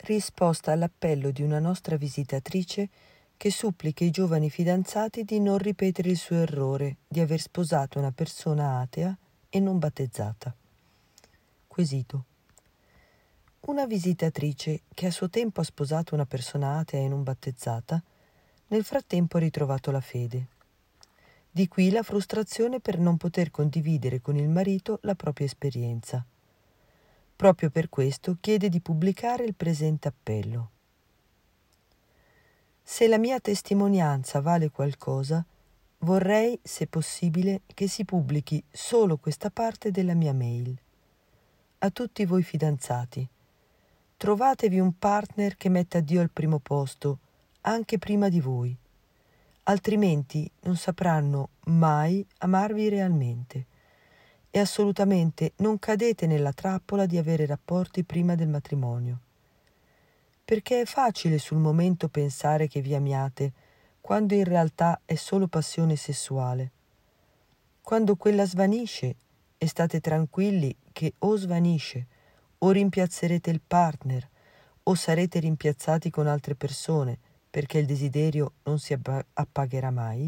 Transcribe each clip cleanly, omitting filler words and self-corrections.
Risposta all'appello di una nostra visitatrice che supplica i giovani fidanzati di non ripetere il suo errore di aver sposato una persona atea e non battezzata. Quesito. Una visitatrice che a suo tempo ha sposato una persona atea e non battezzata, nel frattempo ha ritrovato la fede. Di qui la frustrazione per non poter condividere con il marito la propria esperienza. Proprio per questo chiede di pubblicare il presente appello. Se la mia testimonianza vale qualcosa, vorrei, se possibile, che si pubblichi solo questa parte della mia mail. A tutti voi fidanzati, trovatevi un partner che metta Dio al primo posto, anche prima di voi. Altrimenti non sapranno mai amarvi realmente. E assolutamente non cadete nella trappola di avere rapporti prima del matrimonio. Perché è facile sul momento pensare che vi amiate, quando in realtà è solo passione sessuale. Quando quella svanisce e state tranquilli che o svanisce, o rimpiazzerete il partner, o sarete rimpiazzati con altre persone perché il desiderio non si appagherà mai,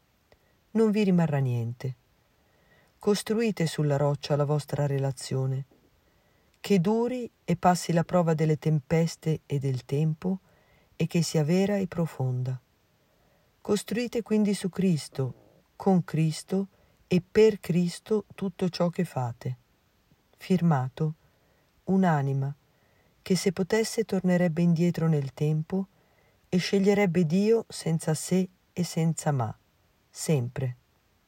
non vi rimarrà niente. Costruite sulla roccia la vostra relazione, che duri e passi la prova delle tempeste e del tempo e che sia vera e profonda. Costruite quindi su Cristo, con Cristo e per Cristo tutto ciò che fate. Firmato, un'anima che se potesse tornerebbe indietro nel tempo e sceglierebbe Dio senza se e senza ma, sempre.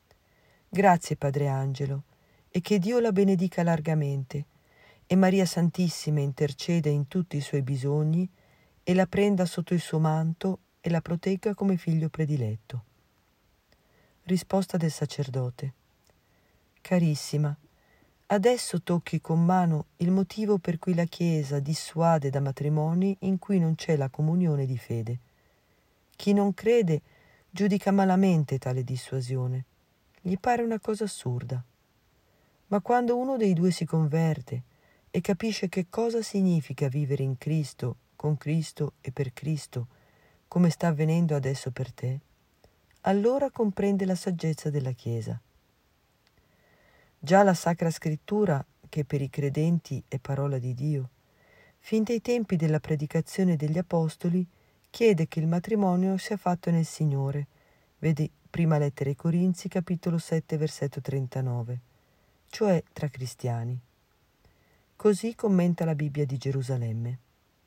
Grazie Padre Angelo, e che Dio la benedica largamente, e Maria Santissima interceda in tutti i suoi bisogni e la prenda sotto il suo manto e la protegga come figlio prediletto. Risposta del sacerdote. Carissima, adesso tocchi con mano il motivo per cui la Chiesa dissuade da matrimoni in cui non c'è la comunione di fede. Chi non crede giudica malamente tale dissuasione. Gli pare una cosa assurda. Ma quando uno dei due si converte e capisce che cosa significa vivere in Cristo, con Cristo e per Cristo, come sta avvenendo adesso per te, allora comprende la saggezza della Chiesa. Già la Sacra Scrittura, che per i credenti è parola di Dio, fin dai tempi della predicazione degli Apostoli, chiede che il matrimonio sia fatto nel Signore. Vedi Prima Lettera ai Corinzi, capitolo 7, versetto 39, cioè tra cristiani. Così commenta la Bibbia di Gerusalemme.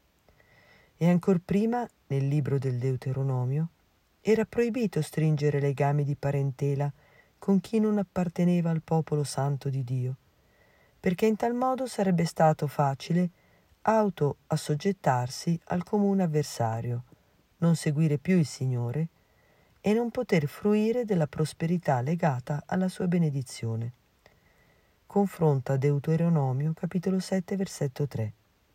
E ancor prima, nel libro del Deuteronomio, era proibito stringere legami di parentela con chi non apparteneva al popolo santo di Dio, perché in tal modo sarebbe stato facile assoggettarsi al comune avversario, non seguire più il Signore e non poter fruire della prosperità legata alla sua benedizione. Confronta Deuteronomio, capitolo 7, versetto 3.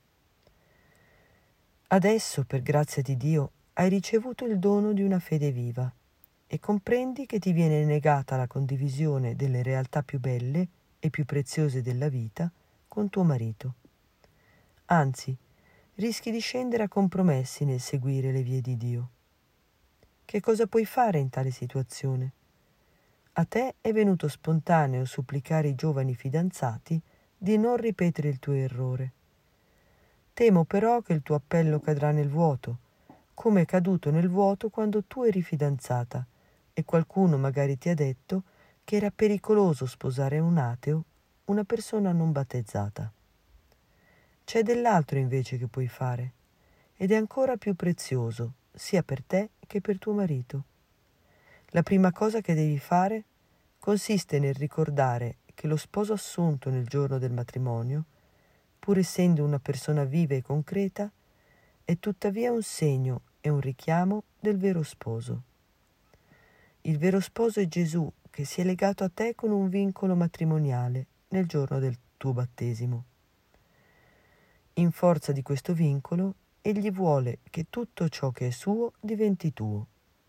Adesso, per grazia di Dio, hai ricevuto il dono di una fede viva e comprendi che ti viene negata la condivisione delle realtà più belle e più preziose della vita con tuo marito. Anzi, rischi di scendere a compromessi nel seguire le vie di Dio. Che cosa puoi fare in tale situazione? A te è venuto spontaneo supplicare i giovani fidanzati di non ripetere il tuo errore. Temo però che il tuo appello cadrà nel vuoto, come è caduto nel vuoto quando tu eri fidanzata e qualcuno magari ti ha detto che era pericoloso sposare un ateo, una persona non battezzata. C'è dell'altro invece che puoi fare, ed è ancora più prezioso, sia per te che per tuo marito. La prima cosa che devi fare consiste nel ricordare che lo sposo assunto nel giorno del matrimonio, pur essendo una persona viva e concreta, è tuttavia un segno e un richiamo del vero sposo. Il vero sposo è Gesù, che si è legato a te con un vincolo matrimoniale nel giorno del tuo battesimo. In forza di questo vincolo, egli vuole che tutto ciò che è suo diventi tuo.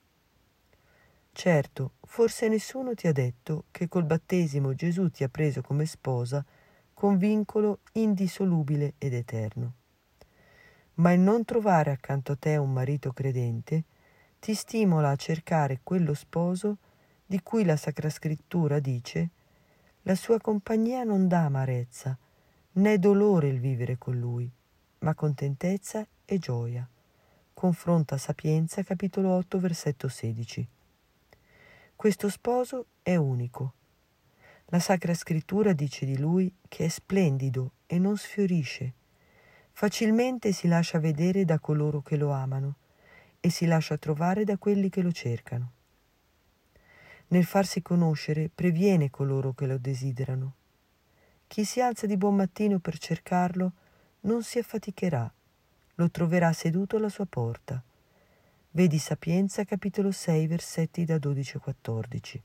Certo, forse nessuno ti ha detto che col battesimo Gesù ti ha preso come sposa con vincolo indissolubile ed eterno. ma il non trovare accanto a te un marito credente ti stimola a cercare quello sposo di cui la Sacra Scrittura dice: la sua compagnia non dà amarezza, né dolore il vivere con lui, ma contentezza e gioia. Confronta Sapienza, capitolo 8, versetto 16. Questo sposo è unico. La Sacra Scrittura dice di lui che è splendido e non sfiorisce. Facilmente si lascia vedere da coloro che lo amano e si lascia trovare da quelli che lo cercano. Nel farsi conoscere previene coloro che lo desiderano. Chi si alza di buon mattino per cercarlo non si affaticherà, lo troverà seduto alla sua porta. Vedi Sapienza, capitolo 6, versetti da 12 a 14.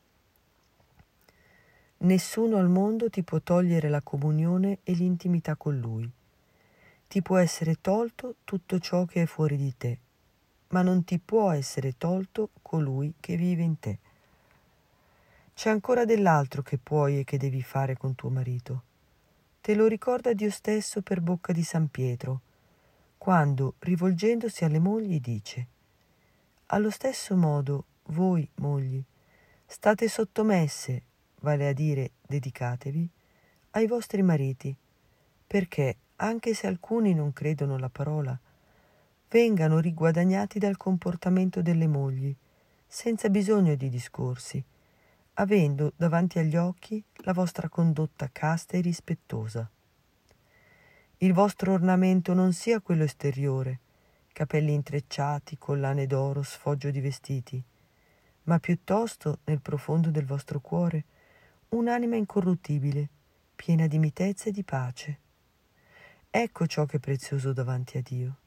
Nessuno al mondo ti può togliere la comunione e l'intimità con lui. Ti può essere tolto tutto ciò che è fuori di te, ma non ti può essere tolto colui che vive in te. C'è ancora dell'altro che puoi e che devi fare con tuo marito. Te lo ricorda Dio stesso per bocca di San Pietro, quando, rivolgendosi alle mogli, dice: allo stesso modo, voi, mogli, state sottomesse, vale a dire dedicatevi, ai vostri mariti, perché, anche se alcuni non credono la parola, vengano riguadagnati dal comportamento delle mogli, senza bisogno di discorsi, avendo davanti agli occhi la vostra condotta casta e rispettosa. Il vostro ornamento non sia quello esteriore, capelli intrecciati, collane d'oro, sfoggio di vestiti, ma piuttosto, nel profondo del vostro cuore, un'anima incorruttibile, piena di mitezza e di pace. Ecco ciò che è prezioso davanti a Dio.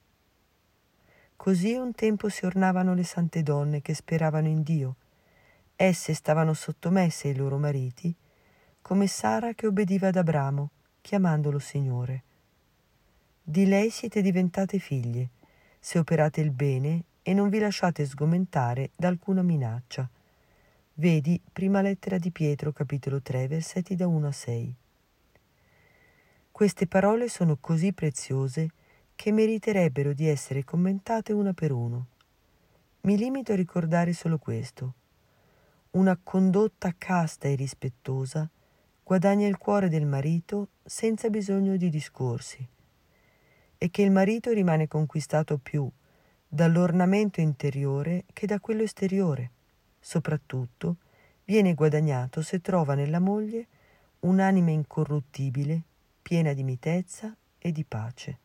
Così un tempo si ornavano le sante donne che speravano in Dio. Esse stavano sottomesse ai loro mariti, come Sara che obbediva ad Abramo, chiamandolo Signore. Di lei siete diventate figlie, se operate il bene e non vi lasciate sgomentare da alcuna minaccia. Vedi prima lettera di Pietro, capitolo 3, versetti da 1 a 6. Queste parole sono così preziose che meriterebbero di essere commentate una per uno. Mi limito a ricordare solo questo. Una condotta casta e rispettosa guadagna il cuore del marito senza bisogno di discorsi, e che il marito rimane conquistato più dall'ornamento interiore che da quello esteriore. Soprattutto viene guadagnato se trova nella moglie un'anima incorruttibile, piena di mitezza e di pace.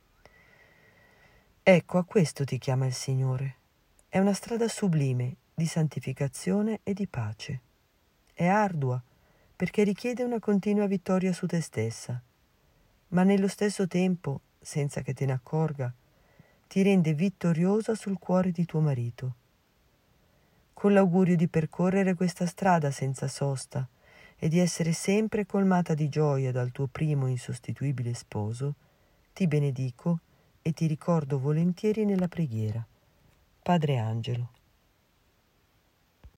Ecco, a questo ti chiama il Signore. È una strada sublime di santificazione e di pace. È ardua perché richiede una continua vittoria su te stessa, ma nello stesso tempo, senza che te ne accorga, ti rende vittoriosa sul cuore di tuo marito. Con l'augurio di percorrere questa strada senza sosta e di essere sempre colmata di gioia dal tuo primo insostituibile sposo, ti benedico e ti ricordo volentieri nella preghiera. Padre Angelo.